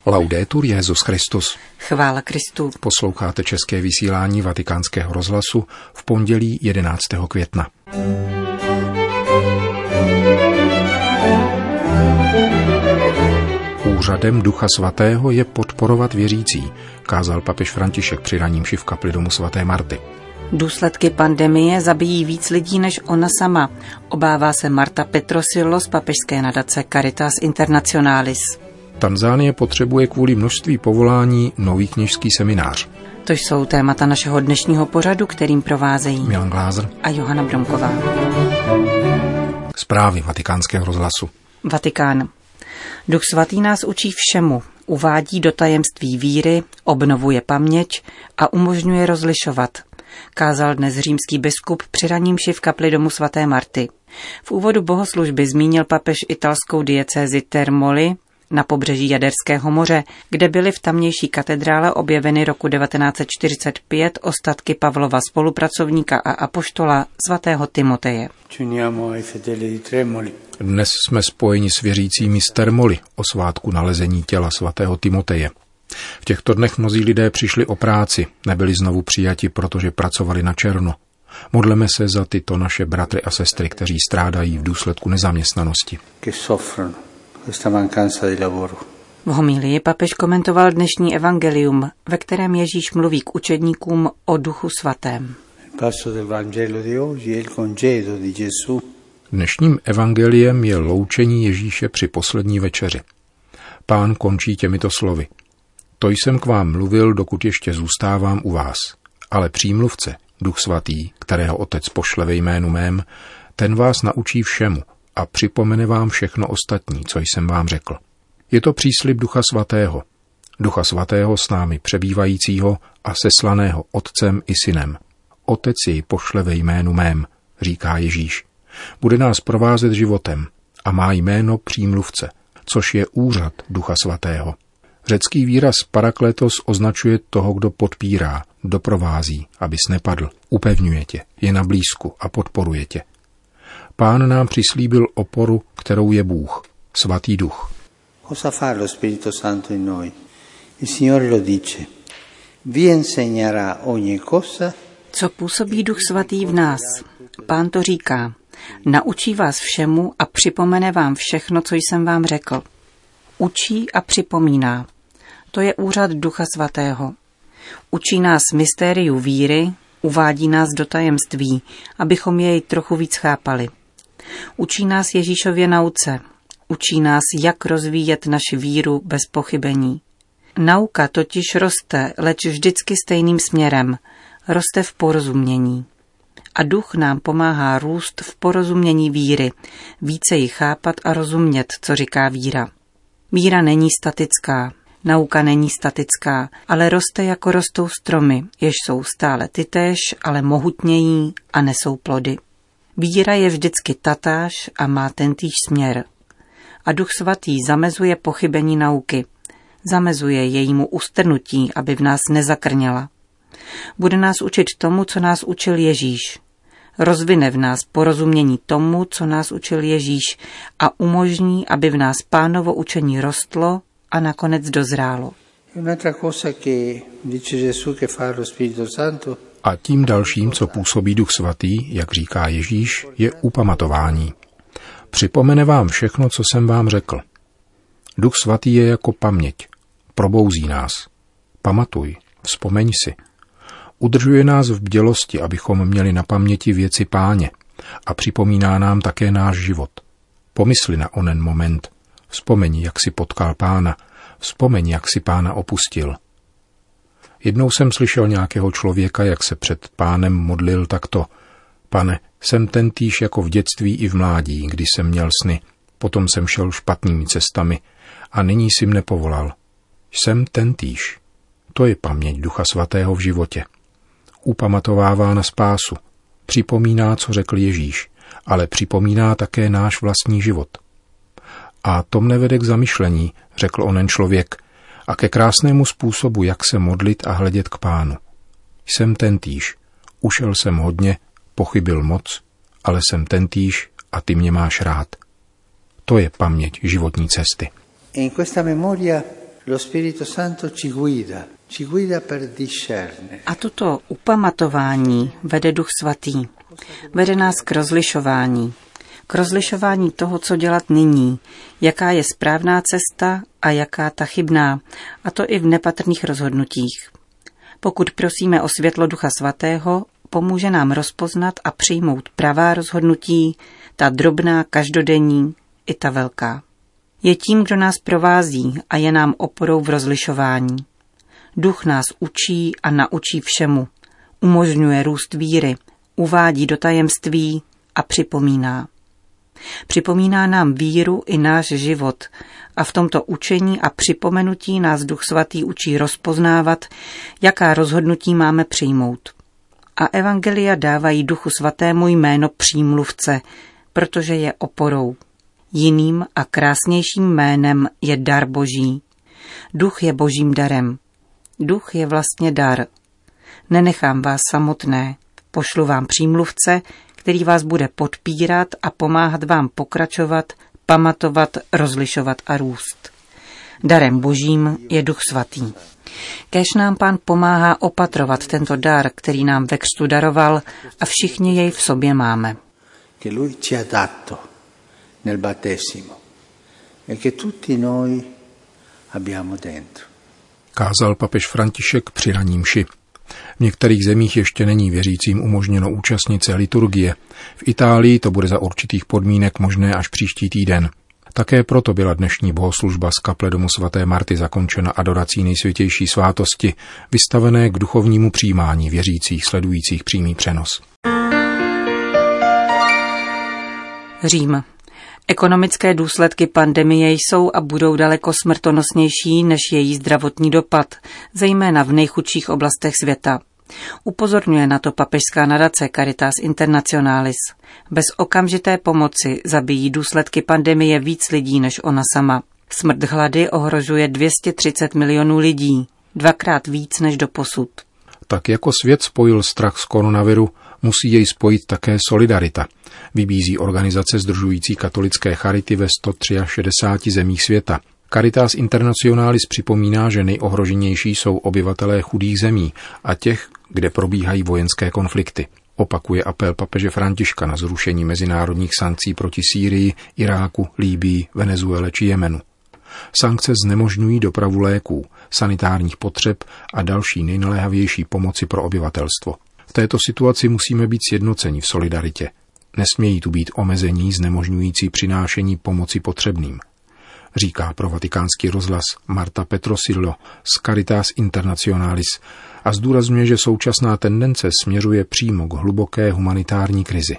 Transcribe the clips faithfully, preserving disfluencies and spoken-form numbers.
Laudetur Jesus Christus. Chvála Kristu. Posloucháte české vysílání Vatikánského rozhlasu v pondělí jedenáctého května. Úřadem Ducha Svatého je podporovat věřící, kázal papež František při raní mši v kapli domu svaté Marty. Důsledky pandemie zabíjí víc lidí než ona sama, obává se Marta Petrosillo z papežské nadace Caritas Internationalis. Tanzánie potřebuje kvůli množství povolání nový kněžský seminář. To jsou témata našeho dnešního pořadu, kterým provázejí Milan Glázer a Johana Bromková. Zprávy Vatikánského rozhlasu. Vatikán. Duch svatý nás učí všemu, uvádí do tajemství víry, obnovuje paměť a umožňuje rozlišovat, kázal dnes římský biskup při raní mši v kapli domu svaté Marty. V úvodu bohoslužby zmínil papež italskou diecézi Termoli na pobřeží Jaderského moře, kde byly v tamnější katedrále objeveny roku devatenáct set čtyřicet pět ostatky Pavlova spolupracovníka a apoštola svatého Timoteje. Dnes jsme spojeni s věřícími z Termoli o svátku nalezení těla svatého Timoteje. V těchto dnech mnozí lidé přišli o práci, nebyli znovu přijati, protože pracovali na černo. Modleme se za tyto naše bratry a sestry, kteří strádají v důsledku nezaměstnanosti. V homílii papež komentoval dnešní evangelium, ve kterém Ježíš mluví k učedníkům o Duchu svatém. Dnešním evangeliem je loučení Ježíše při poslední večeři. Pán končí těmito slovy. To jsem k vám mluvil, dokud ještě zůstávám u vás. Ale přímluvce, Duch svatý, kterého Otec pošle ve jménu mém, ten vás naučí všemu a připomene vám všechno ostatní, co jsem vám řekl. Je to příslib Ducha svatého. Ducha svatého s námi přebývajícího a seslaného Otcem i Synem. Otec jej pošle ve jménu mém, říká Ježíš. Bude nás provázet životem a má jméno přímluvce, což je úřad Ducha svatého. Řecký výraz parakletos označuje toho, kdo podpírá, doprovází, abys nepadl, upevňuje tě, je na blízku a podporuje tě. Pán nám přislíbil oporu, kterou je Bůh, svatý duch. Cosa fa lo Spirito Santo in noi? Il Signore lo dice. Vi insegnerà ogni cosa. Co působí Duch svatý v nás? Pán to říká. Naučí vás všemu a připomene vám všechno, co jsem vám řekl. Učí a připomíná. To je úřad Ducha svatého. Učí nás mystériu víry, uvádí nás do tajemství, abychom jej trochu víc chápali. Učí nás Ježíšově nauce. Učí nás, jak rozvíjet naši víru bez pochybení. Nauka totiž roste, leč vždycky stejným směrem. Roste v porozumění. A duch nám pomáhá růst v porozumění víry, více ji chápat a rozumět, co říká víra. Víra není statická, nauka není statická, ale roste jako rostou stromy, jež jsou stále tytéž, ale mohutnějí a nesou plody. Víra je vždycky tatáž a má tentýž směr. A Duch svatý zamezuje pochybení nauky, zamezuje jejímu ustrnutí, aby v nás nezakrněla. Bude nás učit tomu, co nás učil Ježíš. Rozvine v nás porozumění tomu, co nás učil Ježíš a umožní, aby v nás Pánovo učení rostlo a nakonec dozrálo. A tím dalším, co působí Duch svatý, jak říká Ježíš, je upamatování. Připomene vám všechno, co jsem vám řekl. Duch svatý je jako paměť. Probouzí nás. Pamatuj, vzpomeň si. Udržuje nás v bdělosti, abychom měli na paměti věci Páně a připomíná nám také náš život. Pomysli na onen moment. Vzpomeň, jak si potkal Pána. Vzpomeň, jak si Pána opustil. Jednou jsem slyšel nějakého člověka, jak se před Pánem modlil takto. Pane, jsem tentýž jako v dětství i v mládí, kdy jsem měl sny. Potom jsem šel špatnými cestami a nyní jsi mne povolal. Jsem tentýž. To je paměť Ducha svatého v životě. Upamatovává na spásu. Připomíná, co řekl Ježíš, ale připomíná také náš vlastní život. A to mne vede k zamyšlení, řekl onen člověk, a ke krásnému způsobu, jak se modlit a hledět k Pánu. Jsem tentýž. Ušel jsem hodně, pochybil moc, ale jsem tentýž a ty mě máš rád. To je paměť životní cesty. In questa memoria Lo Spirito Santo ci guida, ci guida per discernere. A toto upamatování vede Duch Svatý. Vede nás k rozlišování. K rozlišování toho, co dělat nyní, jaká je správná cesta a jaká ta chybná, a to i v nepatrných rozhodnutích. Pokud prosíme o světlo Ducha Svatého, pomůže nám rozpoznat a přijmout pravá rozhodnutí, ta drobná, každodenní i ta velká. Je tím, kdo nás provází a je nám oporou v rozlišování. Duch nás učí a naučí všemu. Umožňuje růst víry, uvádí do tajemství a připomíná. Připomíná nám víru i náš život a v tomto učení a připomenutí nás Duch Svatý učí rozpoznávat, jaká rozhodnutí máme přijmout. A evangelia dávají Duchu Svatému jméno přímluvce, protože je oporou. Jiným a krásnějším jménem je dar Boží. Duch je Božím darem. Duch je vlastně dar. Nenechám vás samotné, pošlu vám přímluvce, který vás bude podpírat a pomáhat vám pokračovat, pamatovat, rozlišovat a růst. Darem Božím je Duch Svatý. Kéž nám Pán pomáhá opatrovat tento dar, který nám ve křtu daroval, a všichni jej v sobě máme. Che lui ci ha dato nel battesimo e che tutti noi abbiamo dentro. Kázal papež František při ranní mši. V některých zemích ještě není věřícím umožněno účastnit se liturgie. V Itálii to bude za určitých podmínek možné až příští týden. Také proto byla dnešní bohoslužba z kaple domu svaté Marty zakončena adorací nejsvětější svátosti, vystavené k duchovnímu přijímání věřících sledujících přímý přenos. Řím. Ekonomické důsledky pandemie jsou a budou daleko smrtonosnější než její zdravotní dopad, zejména v nejchudších oblastech světa. Upozorňuje na to papežská nadace Caritas Internationalis. Bez okamžité pomoci zabíjí důsledky pandemie víc lidí než ona sama. Smrt hlady ohrožuje dvě stě třicet milionů lidí, dvakrát víc než doposud. Tak jako svět spojil strach z koronaviru, musí jej spojit také solidarita, vybízí organizace sdružující katolické charity ve sto šedesáti třech zemích světa. Caritas Internationalis připomíná, že nejohroženější jsou obyvatelé chudých zemí a těch, kde probíhají vojenské konflikty. Opakuje apel papeže Františka na zrušení mezinárodních sankcí proti Sýrii, Iráku, Libyi, Venezuele či Jemenu. Sankce znemožňují dopravu léků, sanitárních potřeb a další nejnaléhavější pomoci pro obyvatelstvo. V této situaci musíme být sjednoceni v solidaritě. Nesmějí tu být omezení znemožňující přinášení pomoci potřebným, říká pro Vatikánský rozhlas Marta Petrosillo z Caritas Internationalis a zdůrazňuje, že současná tendence směřuje přímo k hluboké humanitární krizi.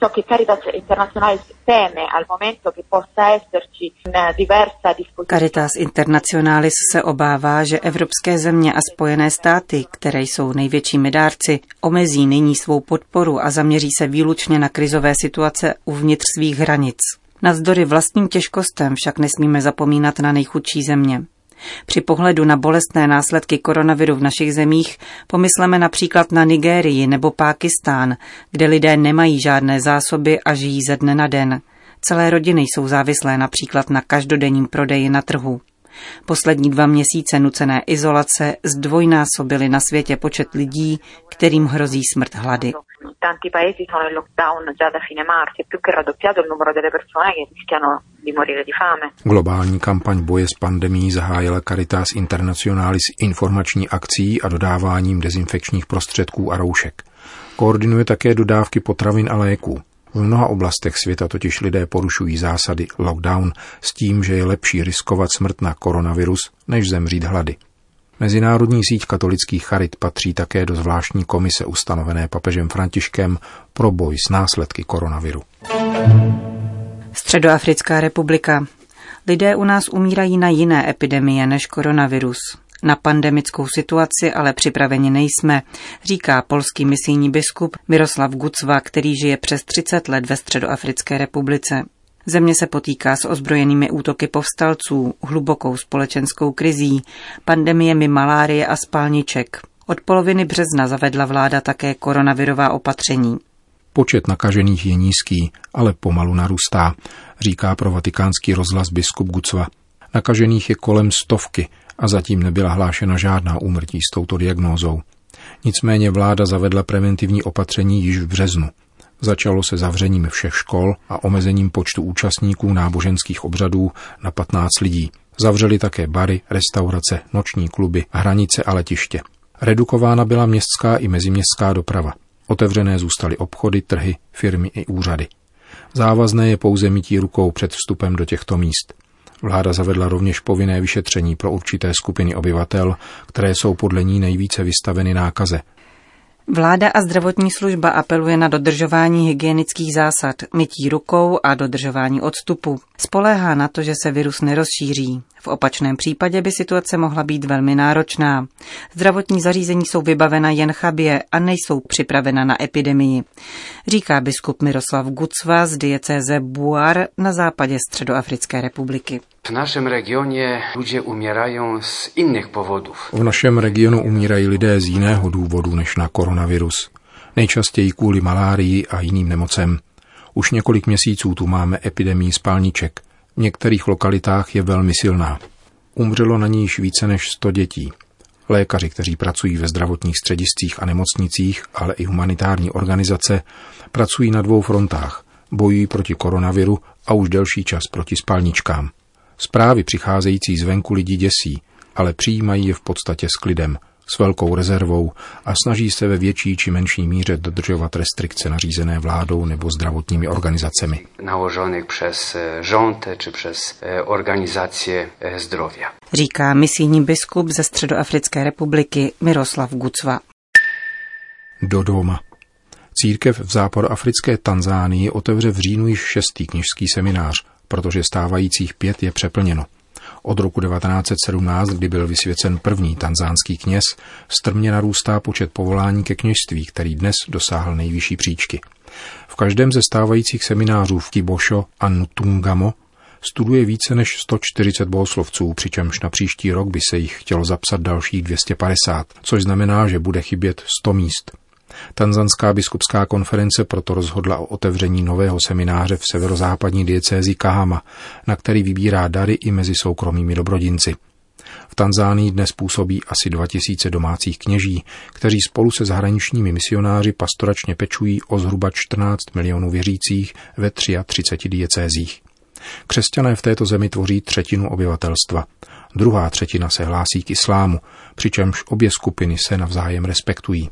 Caritas Internationalis se obává, že evropské země a Spojené státy, které jsou největšími dárci, omezí nyní svou podporu a zaměří se výlučně na krizové situace uvnitř svých hranic. Navzdory vlastním těžkostem však nesmíme zapomínat na nejchudší země. Při pohledu na bolestné následky koronaviru v našich zemích pomysleme například na Nigérii nebo Pákistán, kde lidé nemají žádné zásoby a žijí ze dne na den. Celé rodiny jsou závislé například na každodenním prodeji na trhu. Poslední dva měsíce nucené izolace zdvojnásobily na světě počet lidí, kterým hrozí smrt hlady. Tanti paesi sono in lockdown già da fine marzo, più che raddoppiato il numero delle persone che rischiano di morire di fame. Globální kampaň boje s pandemií zahájila Caritas Internationalis informační akcí a dodáváním dezinfekčních prostředků a roušek. Koordinuje také dodávky potravin a léků. V mnoha oblastech světa totiž lidé porušují zásady lockdown s tím, že je lepší riskovat smrt na koronavirus, než zemřít hlady. Mezinárodní síť katolických charit patří také do zvláštní komise ustanovené papežem Františkem pro boj s následky koronaviru. Středoafrická republika. Lidé u nás umírají na jiné epidemie než koronavirus. Na pandemickou situaci ale připraveni nejsme, říká polský misijní biskup Miroslav Gucva, který žije přes třicet let ve Středoafrické republice. Země se potýká s ozbrojenými útoky povstalců, hlubokou společenskou krizí, pandemiemi malárie a spalniček. Od poloviny března zavedla vláda také koronavirová opatření. Počet nakažených je nízký, ale pomalu narůstá, říká pro Vatikánský rozhlas biskup Gucva. Nakažených je kolem stovky a zatím nebyla hlášena žádná úmrtí s touto diagnózou. Nicméně vláda zavedla preventivní opatření již v březnu. Začalo se zavřením všech škol a omezením počtu účastníků náboženských obřadů na patnáct lidí. Zavřeli také bary, restaurace, noční kluby, hranice a letiště. Redukována byla městská i meziměstská doprava. Otevřené zůstaly obchody, trhy, firmy i úřady. Závazné je pouze mytí rukou před vstupem do těchto míst. Vláda zavedla rovněž povinné vyšetření pro určité skupiny obyvatel, které jsou podle ní nejvíce vystaveny nákaze. Vláda a zdravotní služba apeluje na dodržování hygienických zásad, mytí rukou a dodržování odstupu. Spoléhá na to, že se virus nerozšíří. V opačném případě by situace mohla být velmi náročná. Zdravotní zařízení jsou vybavena jen chabě a nejsou připravena na epidemii, říká biskup Miroslav Gucva z diecéze Buar na západě Středoafrické republiky. V našem regioně lidé umírají z jiných powodů. V našem regionu umírají lidé z jiného důvodu než na koronavirus. Nejčastěji kvůli malárii a jiným nemocem. Už několik měsíců tu máme epidemii spalniček. V některých lokalitách je velmi silná. Umřelo na ní již více než sto dětí. Lékaři, kteří pracují ve zdravotních střediscích a nemocnicích, ale i humanitární organizace, pracují na dvou frontách. Bojují proti koronaviru a už delší čas proti spalničkám. Zprávy přicházející zvenku lidi děsí, ale přijímají je v podstatě s klidem, s velkou rezervou a snaží se ve větší či menší míře dodržovat restrikce nařízené vládou nebo zdravotními organizacemi. Nałożonych přes rząd či přes organizace zdrowia. Říká misijní biskup ze Středoafrické republiky Miroslav Gucva. Dodoma. Církev v západoafrické Tanzánii otevře v říjnu již šestý kněžský seminář, protože stávajících pět je přeplněno. Od roku devatenáct set sedmnáct, kdy byl vysvěcen první tanzánský kněz, strmě narůstá počet povolání ke kněžství, který dnes dosáhl nejvyšší příčky. V každém ze stávajících seminářů v Kibosho a Ntungamo studuje více než sto čtyřicet bohoslovců, přičemž na příští rok by se jich chtělo zapsat dalších dvě stě padesát, což znamená, že bude chybět sto míst. Tanzanská biskupská konference proto rozhodla o otevření nového semináře v severozápadní diecézi Kahama, na který vybírá dary i mezi soukromými dobrodinci. V Tanzánii dnes působí asi dva tisíce domácích kněží, kteří spolu se zahraničními misionáři pastoračně pečují o zhruba čtrnáct milionů věřících ve třiceti třech diecézích. Křesťané v této zemi tvoří třetinu obyvatelstva. Druhá třetina se hlásí k islámu, přičemž obě skupiny se navzájem respektují.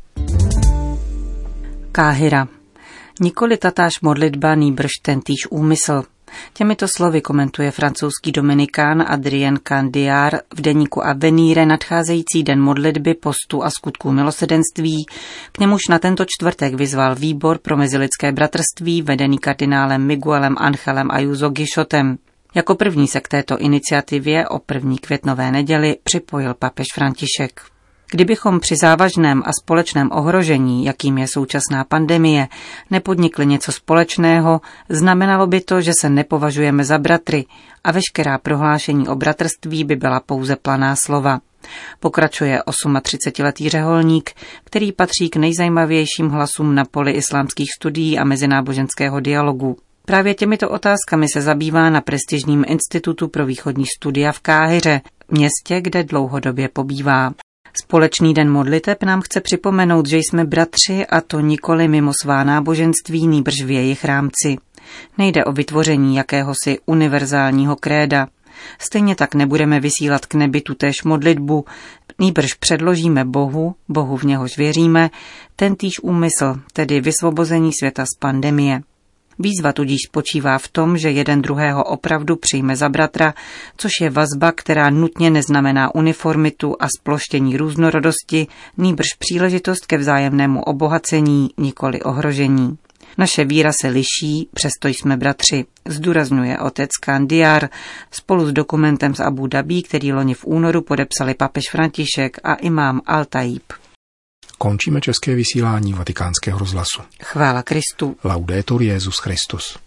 Káhira. Nikoli tatáž modlitba, nýbrž tentýž úmysl. Těmito slovy komentuje francouzský dominikán Adrien Candiar v deníku Avenire nadcházející den modlitby, postu a skutků milosedenství, k němuž na tento čtvrtek vyzval výbor pro mezilidské bratrství vedený kardinálem Miguelem Angelem Ayuso Guichotem. Jako první se k této iniciativě o první květnové neděli připojil papež František. Kdybychom při závažném a společném ohrožení, jakým je současná pandemie, nepodnikli něco společného, znamenalo by to, že se nepovažujeme za bratry a veškerá prohlášení o bratrství by byla pouze planá slova. Pokračuje třicetiosmiletý řeholník, který patří k nejzajímavějším hlasům na poli islámských studií a mezináboženského dialogu. Právě těmito otázkami se zabývá na prestižním Institutu pro východní studia v Káhiře, městě, kde dlouhodobě pobývá. Společný den modliteb nám chce připomenout, že jsme bratři a to nikoli mimo svá náboženství, nýbrž v jejich rámci. Nejde o vytvoření jakéhosi univerzálního kréda. Stejně tak nebudeme vysílat k nebi tutéž modlitbu, nýbrž předložíme Bohu, Bohu v něhož věříme, tentýž úmysl, tedy vysvobození světa z pandemie. Výzva tudíž spočívá v tom, že jeden druhého opravdu přijme za bratra, což je vazba, která nutně neznamená uniformitu a sploštění různorodosti, nýbrž příležitost ke vzájemnému obohacení, nikoli ohrožení. Naše víra se liší, přesto jsme bratři, zdůrazňuje otec Candiar spolu s dokumentem z Abu Dhabí, který loni v únoru podepsali papež František a imám Al-Tajib. Končíme české vysílání Vatikánského rozhlasu. Chvála Kristu. Laudetur Jesus Christus.